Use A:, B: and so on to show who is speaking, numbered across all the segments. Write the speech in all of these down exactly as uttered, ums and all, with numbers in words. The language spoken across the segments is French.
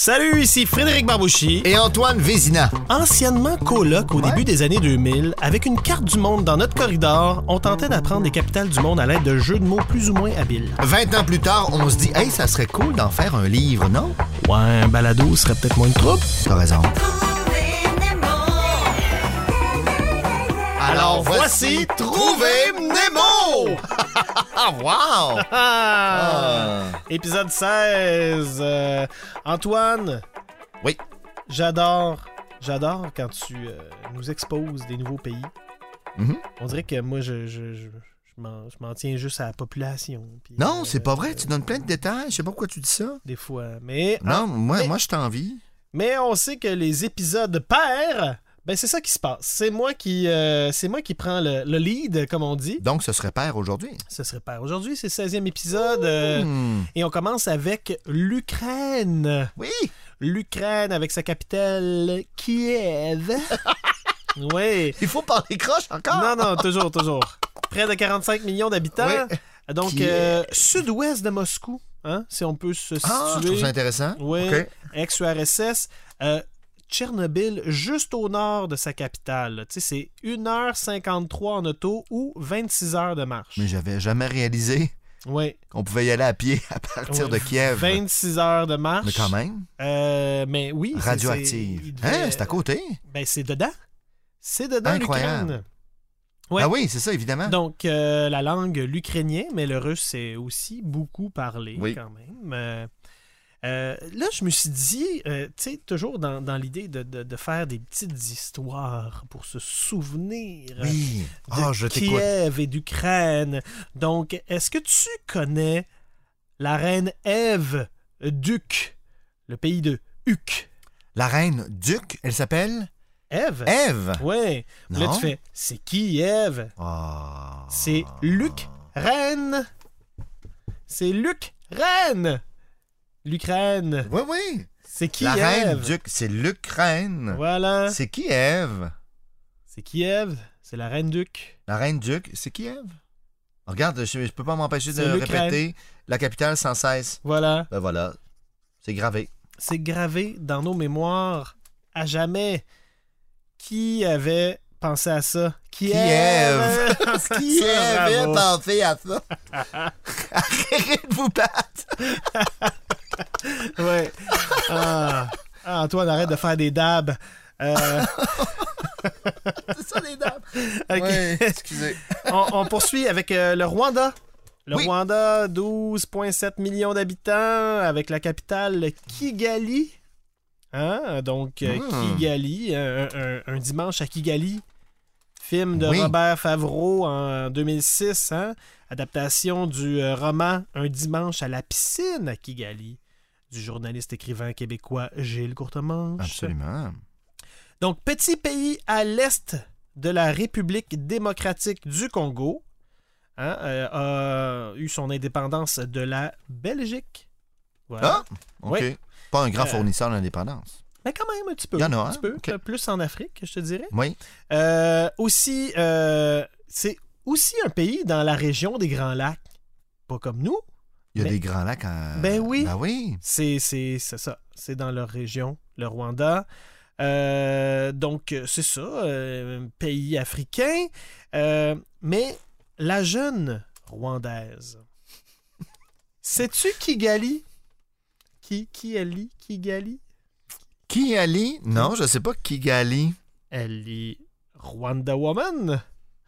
A: Salut, ici Frédéric Barbouchi
B: et Antoine Vézina.
A: Anciennement coloc au ouais. début des années deux mille, avec une carte du monde dans notre corridor, on tentait d'apprendre les capitales du monde à l'aide de jeux de mots plus ou moins habiles.
B: vingt ans plus tard, on se dit « Hey, ça serait cool d'en faire un livre, non? »
A: Ouais, un balado serait peut-être moins de trouble.
B: T'as raison. Alors voici Trouver Nemo! Wow!
A: ah. Épisode seize. Euh, Antoine.
B: Oui.
A: J'adore, j'adore quand tu euh, nous exposes des nouveaux pays.
B: Mm-hmm.
A: On dirait que moi, je, je, je, je, m'en, je m'en tiens juste à la population. Puis,
B: non,
A: euh,
B: c'est pas vrai.
A: Euh,
B: tu donnes plein de détails. Je sais pas pourquoi tu dis ça.
A: Des fois. Mais,
B: non,
A: hein,
B: moi,
A: mais,
B: moi je t'envie.
A: Mais on sait que les épisodes pairs... Ben, c'est ça qui se passe. C'est moi qui, euh, c'est moi qui prends le, le lead, comme on dit.
B: Donc, ce serait père aujourd'hui.
A: Ce serait père aujourd'hui. C'est le seizième épisode. Euh,
B: mmh.
A: Et on commence avec l'Ukraine.
B: Oui.
A: L'Ukraine avec sa capitale Kiev. Oui.
B: Il faut parler croche encore.
A: Non, non, toujours, toujours. Près de quarante-cinq millions d'habitants. Oui. Donc, euh, sud-ouest de Moscou, hein, si on peut se situer.
B: Ah, je trouve ça intéressant.
A: Oui.
B: Okay.
A: Ex-U R S S. Euh, Tchernobyl, juste au nord de sa capitale. Tu sais, c'est une heure cinquante-trois en auto ou vingt-six heures de marche.
B: Mais j'avais jamais réalisé
A: oui.
B: qu'on pouvait y aller à pied à partir
A: oui.
B: de Kiev.
A: vingt-six heures de marche.
B: Mais quand même.
A: Euh, mais oui.
B: Radioactive.
A: C'est, devait...
B: Hein, c'est à côté.
A: Ben, c'est dedans. C'est dedans,
B: incroyable.
A: l'Ukraine. Ouais.
B: Ah oui, c'est ça, évidemment.
A: Donc, euh, la langue l'ukrainien, mais le russe, c'est aussi beaucoup parlé
B: oui.
A: quand même. Euh, Euh, là, je me suis dit, euh, tu sais, toujours dans, dans l'idée de, de, de faire des petites histoires pour se souvenir
B: oui.
A: de
B: oh, je
A: Kiev
B: t'écoute.
A: et d'Ukraine. Donc, est-ce que tu connais la reine Ève Duc, le pays de Huc?
B: La reine Duc, elle s'appelle?
A: Ève.
B: Ève?
A: Oui. Là, tu fais, c'est qui Ève?
B: Oh.
A: C'est Luc Reine. C'est Luc Reine. L'Ukraine.
B: Oui, oui.
A: C'est qui
B: La
A: Ève?
B: reine Duc, c'est l'Ukraine.
A: Voilà.
B: C'est qui Ève?
A: C'est qui Ève? C'est la reine Duc.
B: La reine Duc, c'est qui Ève? Regarde, je, je peux pas m'empêcher
A: c'est
B: de
A: l'Ukraine.
B: répéter la capitale sans cesse.
A: Voilà.
B: Ben voilà. C'est gravé.
A: C'est gravé dans nos mémoires à jamais. Qui avait pensé à ça? Qui
B: Kiev!
A: Qui
B: avait pensé à ça? Arrêtez de vous battre!
A: Ouais. Ah. ah, Antoine, arrête de faire des dabs. Euh...
B: C'est ça, des dabs.
A: Okay.
B: Oui, excusez.
A: on, on poursuit avec euh, le Rwanda. Le
B: oui.
A: Rwanda, douze virgule sept millions d'habitants, avec la capitale Kigali. Hein? Donc, euh, mmh. Kigali, un, un, un dimanche à Kigali. Film de oui. Robert Favreau en deux mille six. Hein? Adaptation du euh, roman Un dimanche à la piscine à Kigali, du journaliste écrivain québécois Gilles Courtemanche.
B: Absolument.
A: Donc, petit pays à l'est de la République démocratique du Congo, hein, euh, a eu son indépendance de la Belgique. Voilà.
B: Ah, OK.
A: Oui.
B: Pas un grand
A: euh,
B: fournisseur d'indépendance.
A: Mais quand même, un petit peu.
B: Il y en a,
A: un
B: hein?
A: petit peu.
B: Okay.
A: Plus en Afrique, je te dirais.
B: Oui.
A: Euh, aussi, euh, c'est aussi un pays dans la région des Grands Lacs. Pas comme nous.
B: Il y a
A: mais...
B: des Grands Lacs en...
A: Ben oui.
B: Ben oui.
A: C'est, c'est, c'est ça. C'est dans leur région, le Rwanda. Euh, donc, c'est ça. Euh, pays africain. Euh, mais la jeune Rwandaise. Sais-tu Kigali? Qui, qui elle lit? Kigali?
B: Kigali? Non, je sais pas Kigali.
A: Elle lit Rwanda Woman.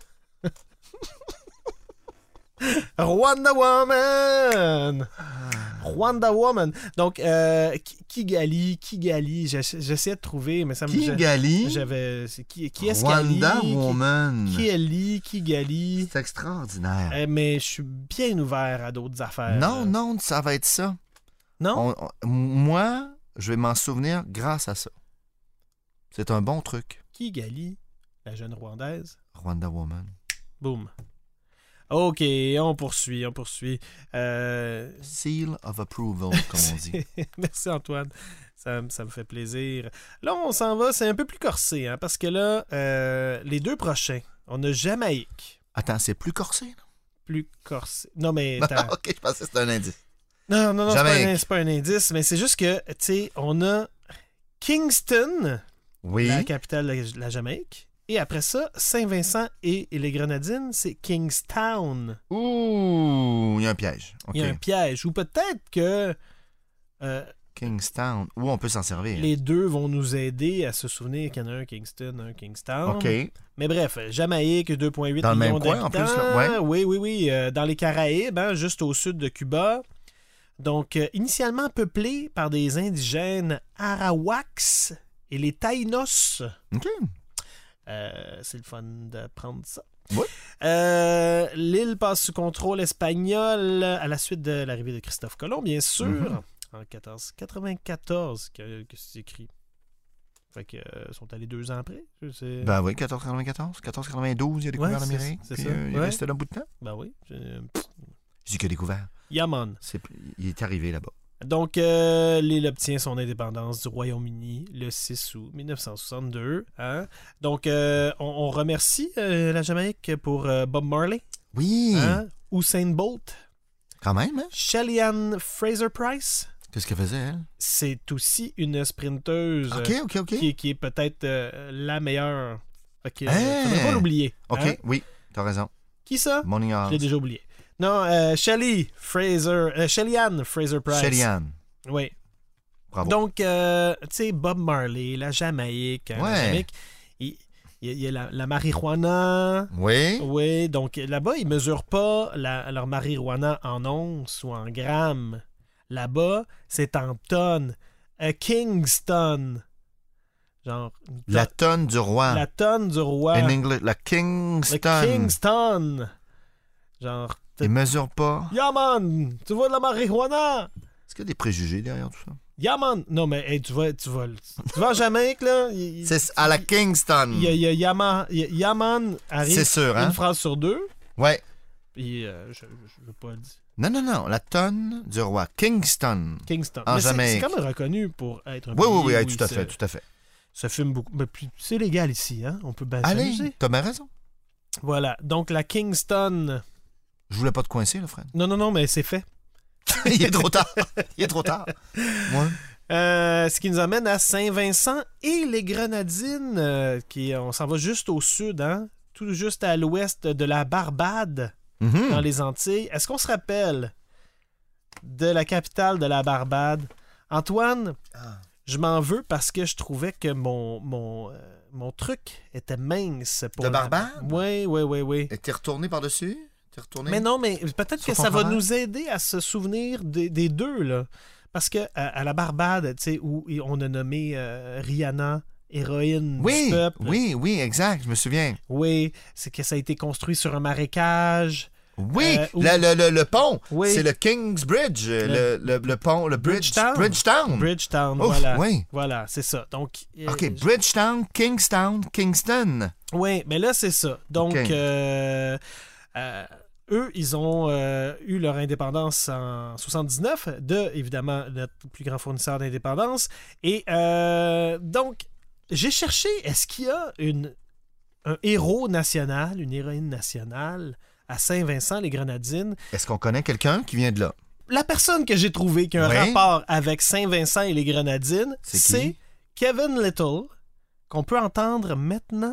A: Rwanda Woman! Rwanda Woman. Donc, euh, Kigali, Kigali, j'essaie de trouver, mais ça me...
B: Kigali?
A: J'avais... C'est qui, qui est-ce
B: Rwanda
A: Kali?
B: Woman.
A: Kigali, Kigali.
B: C'est extraordinaire.
A: Euh, mais je suis bien ouvert à d'autres affaires.
B: Non,
A: là.
B: non, ça va être ça.
A: Non?
B: On, on, moi, je vais m'en souvenir grâce à ça. C'est un bon truc.
A: Kigali, la jeune Rwandaise.
B: Rwanda Woman.
A: Boum. OK, on poursuit, on poursuit. Euh...
B: Seal of approval, comme on dit.
A: Merci Antoine, ça, ça me fait plaisir. Là, on s'en va, c'est un peu plus corsé, hein, parce que là, euh, les deux prochains, on a Jamaïque.
B: Attends, c'est plus corsé, là?
A: Plus corsé. Non, mais... Attends.
B: OK, je pensais que c'était un indice.
A: Non, non, non, c'est pas,
B: Jamaïque.
A: un, c'est pas un indice, mais c'est juste que, tu sais, on a Kingston,
B: Oui.
A: la capitale de la Jamaïque, et après ça, Saint-Vincent et, et les Grenadines, c'est Kingstown.
B: Ouh, il y a un piège. OK.
A: Il y a un piège. Ou peut-être que euh,
B: Kingstown. Où on peut s'en servir?
A: les deux vont nous aider à se souvenir qu'il y en a un Kingston, un Kingstown.
B: OK.
A: Mais bref, Jamaïque, deux virgule huit
B: Dans le
A: millions
B: même coin, en
A: d'habitants.
B: plus, là. Ouais.
A: Oui, oui, oui. euh, dans les Caraïbes, hein, juste au sud de Cuba. Donc, euh, initialement peuplé par des indigènes Arawaks et les Taïnos.
B: OK.
A: Euh, c'est le fun d'apprendre ça.
B: Ouais.
A: Euh, l'île passe sous contrôle espagnol à la suite de l'arrivée de Christophe Colomb, bien sûr,
B: Mhm.
A: en quatorze cent quatre-vingt-quatorze, que, que c'est écrit. Fait que euh, sont allés deux ans après. C'est...
B: Ben oui, quatorze cent quatre-vingt-quatorze. quatorze cent quatre-vingt-douze, il a découvert
A: Ouais, c'est-
B: l'Amérique.
A: c'est
B: Puis
A: ça.
B: euh, il est
A: Ouais.
B: resté là un bout de temps.
A: Ben oui. je-
B: Je dis qu'il a découvert.
A: Yaman.
B: C'est... Il est arrivé là-bas.
A: Donc, euh, l'île obtient son indépendance du Royaume-Uni le six août mille neuf cent soixante-deux. Hein? Donc, euh, on, on remercie euh, la Jamaïque pour euh, Bob Marley,
B: Oui.
A: hein? Usain Bolt,
B: Quand même, hein?
A: Shelly-Ann Fraser-Price.
B: Qu'est-ce qu'elle faisait, elle?
A: C'est aussi une sprinteuse
B: OK, OK, OK.
A: qui, qui est peut-être euh, la meilleure. Fait que, euh,
B: Hey!
A: faudrait pas l'oublier.
B: OK,
A: hein?
B: oui, t'as raison.
A: Qui ça?
B: Morning
A: Je l'ai
B: House.
A: déjà oublié. Non, euh, Shelly Fraser... Euh, Shelly-Ann Fraser-Price.
B: Shelly-Ann.
A: Oui.
B: Bravo.
A: Donc, euh, tu sais, Bob Marley, la Jamaïque. hein,
B: Ouais.
A: La Jamaïque, il il y a, il y a la, la marijuana.
B: Oui.
A: Oui, donc là-bas, ils ne mesurent pas la- leur marijuana en onces ou en grammes. Là-bas, c'est en tonnes. A Kingston. Genre, une
B: La
A: tonne-
B: tonne du roi.
A: la tonne du roi.
B: In English, la
A: Le
B: Kingston.
A: Kingston. Genre,
B: Il mesure pas.
A: yeah man, tu vois de la marijuana.
B: Est-ce qu'il y a des préjugés derrière tout ça?
A: Yeah man. Non, mais hey, tu vas, tu vas, tu vas en Jamaïque, là. il-
B: C'est à la Kingston.
A: Il y a, il y a Yaman, il y a- Yaman arrive
B: C'est sûr, hein?
A: une phrase sur deux.
B: Ouais.
A: Puis, euh, je ne veux pas le dire.
B: Non, non, non. La tonne du roi. Kingston.
A: Kingston.
B: En
A: Mais c'est-
B: Jamaïque.
A: c'est quand même reconnu pour être un
B: Oui, oui,
A: pays
B: oui, hey,
A: où
B: tout à
A: il
B: fait,
A: se,
B: tout à fait.
A: se fume beaucoup. Mais puis, c'est légal ici, hein? On peut bien
B: Allez,
A: s'amuser.
B: t'as bien raison.
A: Voilà. Donc, la Kingston.
B: Je voulais pas te coincer, là, Fred.
A: Non, non, non, mais c'est fait.
B: Il est trop tard. Il est trop tard. Moi.
A: Euh, ce qui nous amène à Saint-Vincent et les Grenadines, euh, qui, on s'en va juste au sud, hein? Tout juste à l'ouest de la Barbade,
B: Mhm.
A: dans les Antilles. Est-ce qu'on se rappelle de la capitale de la Barbade? Antoine,
B: Ah.
A: je m'en veux parce que je trouvais que mon, mon, euh, mon truc était mince. Pour
B: De
A: la-
B: Barbade?
A: Oui, oui, oui, oui.
B: Et t'es retourné par-dessus? T'es retourné?
A: Mais non, mais peut-être
B: Sur
A: que
B: ton
A: ça va
B: travail?
A: nous aider à se souvenir des, des deux, là. Parce que à, à la Barbade, tu sais, où on a nommé euh, Rihanna, héroïne
B: Oui,
A: du peuple.
B: oui, oui, exact, je me souviens.
A: Oui, c'est que ça a été construit sur un marécage.
B: Oui,
A: Euh, où-
B: le, le, le, le pont,
A: Oui.
B: c'est le King's Bridge, le, le, le pont, le bridge,
A: Bridgetown.
B: Bridgetown.
A: Bridgetown,
B: Ouf,
A: voilà.
B: oui.
A: Voilà, c'est ça. Donc, euh,
B: OK, Bridgetown, Kingstown, Kingston.
A: oui, mais là, c'est ça. Donc,
B: OK.
A: euh, euh, eux, ils ont euh, eu leur indépendance en soixante-dix-neuf de, évidemment, notre plus grand fournisseur d'indépendance. Et euh, donc, j'ai cherché, est-ce qu'il y a une, un héros national, une héroïne nationale à Saint-Vincent-les-Grenadines?
B: Est-ce qu'on connaît quelqu'un qui vient de là?
A: La personne que j'ai trouvée qui a un
B: Oui.
A: rapport avec Saint-Vincent et les Grenadines,
B: C'est qui?
A: c'est Kevin Little, qu'on peut entendre maintenant.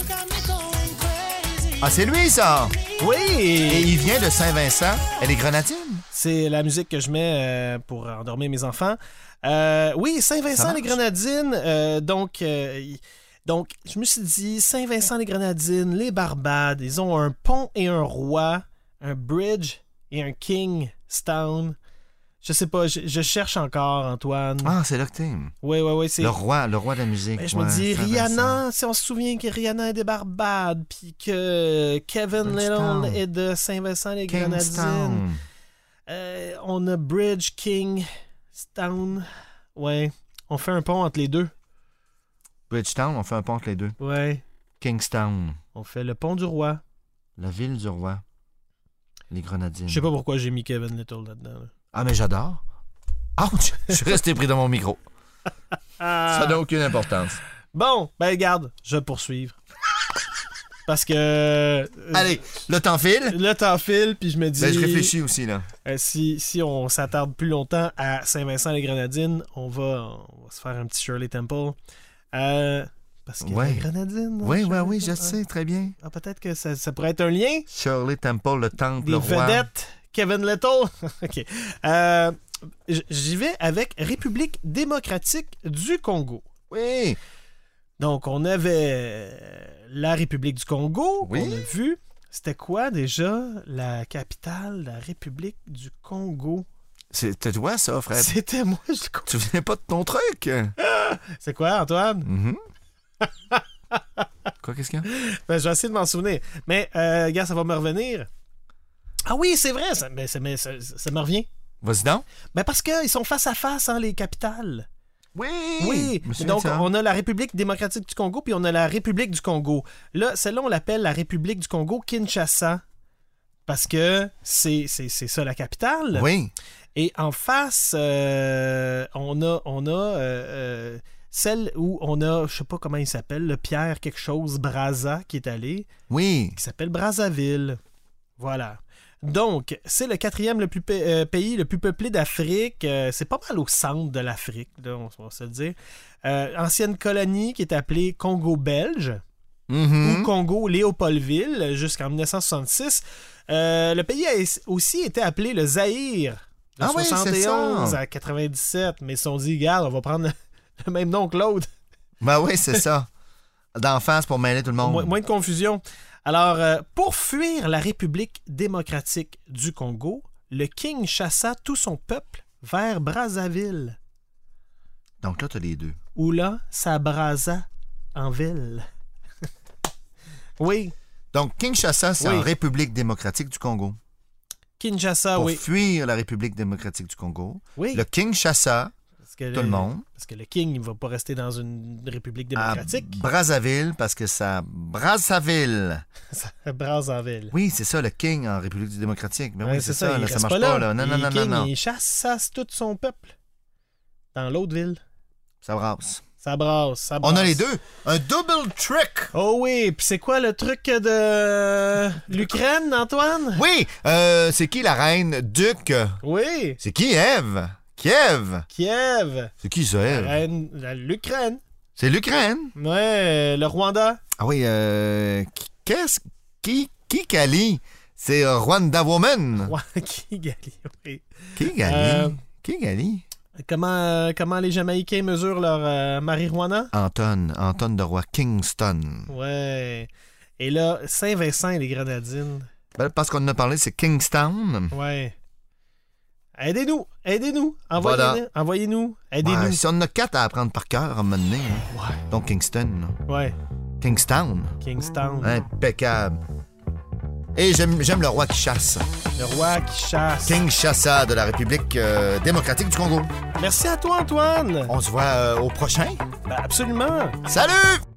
B: Ah, c'est lui, ça! Et
A: Oui!
B: il vient de Saint-Vincent. Elle est grenadine.
A: C'est la musique que je mets euh, pour endormir mes enfants. Euh, oui,
B: Ça marche.
A: Saint-Vincent-les-Grenadines. euh, donc, euh, y- donc, je me suis dit, Saint-Vincent-les-Grenadines, les Barbades, ils ont un pont et un roi, un bridge et un Kingstown. Je sais pas, je, je cherche encore, Antoine.
B: Ah, c'est là que t'es.
A: Oui, oui, oui, c'est...
B: Le roi, le roi de la musique.
A: Ben, je me
B: ouais,
A: dis,
B: Saint-Vincent.
A: Rihanna, si on se souvient que Rihanna est des Barbades, puis que Kevin
B: Bridgetown.
A: Little est de Saint-Vincent-les-Grenadines.
B: Kingstown.
A: Euh, on a Bridge, King, Stown. Ouais. On fait un pont entre les deux.
B: Bridgetown, on fait un pont entre les deux.
A: Ouais.
B: Kingstown,
A: On fait le pont du roi.
B: la ville du roi. Les grenadines.
A: Je sais pas pourquoi j'ai mis Kevin Little là-dedans. là.
B: Ah, mais j'adore. Ouch! Je suis resté pris dans mon micro.
A: Ah.
B: Ça n'a aucune importance.
A: Bon, ben garde, je vais poursuivre. Parce que... euh,
B: Allez, le temps file.
A: Le temps file, puis je me dis...
B: Ben, je réfléchis aussi, là.
A: euh, si, si on s'attarde plus longtemps à Saint-Vincent-les-Grenadines, on va, on va se faire un petit Shirley Temple. Euh, parce que
B: Ouais.
A: les Grenadines...
B: Oui,
A: Shirley
B: oui, oui, je
A: Temple,
B: sais, très bien.
A: ah, peut-être que ça, ça pourrait être un lien.
B: Shirley Temple, le temple,
A: Des
B: le roi.
A: vedettes. Kevin Little. OK. Euh, j- J'y vais avec République démocratique du Congo.
B: Oui.
A: Donc, on avait la République du Congo,
B: Oui.
A: qu'on a vu. C'était quoi déjà la capitale de la République du Congo?
B: C'était toi, ça, Fred.
A: C'était moi, je le con-
B: Tu viens pas de ton truc?
A: C'est quoi, Antoine?
B: Mhm. Quoi, qu'est-ce qu'il y a?
A: Ben, je vais essayer de m'en souvenir. Mais, euh, gars, ça va me revenir. Ah oui, c'est vrai, ça, ben, ça, mais ça, ça me revient.
B: Vas-y donc.
A: Ben, parce qu'ils sont face à face, hein, les capitales.
B: Oui.
A: Oui,
B: Je me souviens
A: donc
B: de ça.
A: on a la République démocratique du Congo, puis on a la République du Congo. Là, celle-là, on l'appelle la République du Congo Kinshasa, parce que c'est, c'est, c'est ça la capitale.
B: Oui.
A: Et en face, euh, on a, on a euh, euh, celle où on a, je sais pas comment il s'appelle, le Pierre quelque chose, Brazza, qui est allé,
B: Oui.
A: qui s'appelle Brazzaville. Voilà. Donc, c'est le quatrième le plus pe- euh, pays le plus peuplé d'Afrique. Euh, c'est pas mal au centre de l'Afrique, là, on, on va se le dire. Euh, ancienne colonie qui est appelée Congo belge
B: Mhm.
A: ou Congo Léopoldville jusqu'en dix-neuf cent soixante-six. Euh, le pays a aussi été appelé le Zaïre de
B: Ah oui, c'est
A: soixante et onze
B: ça.
A: à quatre-vingt-dix-sept. Mais ils se sont dit, regarde, on va prendre le, le même nom que l'autre.
B: Ben oui, c'est ça. D'en face pour mêler tout le monde.
A: Moins, moins de confusion. Alors, euh, pour fuir la République démocratique du Congo, le King chassa tout son peuple vers Brazzaville,
B: Donc là, t'as les deux.
A: où là, ça brasa en ville. Oui,
B: Donc, Kinshasa, c'est
A: Oui.
B: en République démocratique du Congo.
A: Kinshasa,
B: Pour
A: oui.
B: fuir la République démocratique du Congo,
A: Oui,
B: le Kinshasa,
A: parce que
B: tout le monde,
A: Parce que le King ne va pas rester dans une République
B: à
A: démocratique.
B: Brazzaville, parce que ça... Brazzaville.
A: Ça brase en ville.
B: Oui, c'est ça, le King en République démocratique. Mais
A: Ouais,
B: oui, c'est ça,
A: il
B: là, ça
A: reste
B: marche
A: pas
B: pas,
A: là.
B: là. Non, non,
A: Le
B: non,
A: King,
B: non, non.
A: il chasse, chasse tout son peuple dans l'autre ville.
B: Ça brasse.
A: Ça brasse, ça brasse.
B: On a les deux. Un double trick.
A: Oh oui, puis c'est quoi le truc de l'Ukraine, Antoine?
B: Oui, euh, c'est qui la reine Duc?
A: Oui,
B: C'est qui, Ève? Kiev?
A: Kiev,
B: C'est qui ça,
A: la
B: Ève?
A: reine, la- l'Ukraine.
B: C'est l'Ukraine.
A: Ouais, le Rwanda.
B: Ah oui, euh... Qu'est-ce... Qui... Qui Kali? C'est euh, Rwanda Woman.
A: Ouais, Kigali, oui.
B: Qui Gali?
A: Euh,
B: Qui Gali?
A: Comment, euh, comment les Jamaïcains mesurent leur euh, marijuana?
B: Anton. Anton de Roi Kingston.
A: Ouais. Et là, Saint-Vincent et les Grenadines.
B: Ben, parce qu'on en a parlé, c'est Kingstown.
A: Ouais. Aidez-nous, aidez-nous. Envoyez-nous,
B: Voilà.
A: envoyez-nous, aidez-nous.
B: Ouais, si on en a quatre à apprendre par cœur à un moment donné, hein.
A: Ouais.
B: Donc Kingston. là.
A: Ouais,
B: Kingstown.
A: Kingstown.
B: Impeccable. Et j'aime j'aime le roi qui chasse.
A: Le roi qui chasse.
B: Kinshasa de la République euh, démocratique du Congo.
A: Merci à toi, Antoine.
B: On se voit euh, au prochain.
A: Ben, absolument.
B: Salut!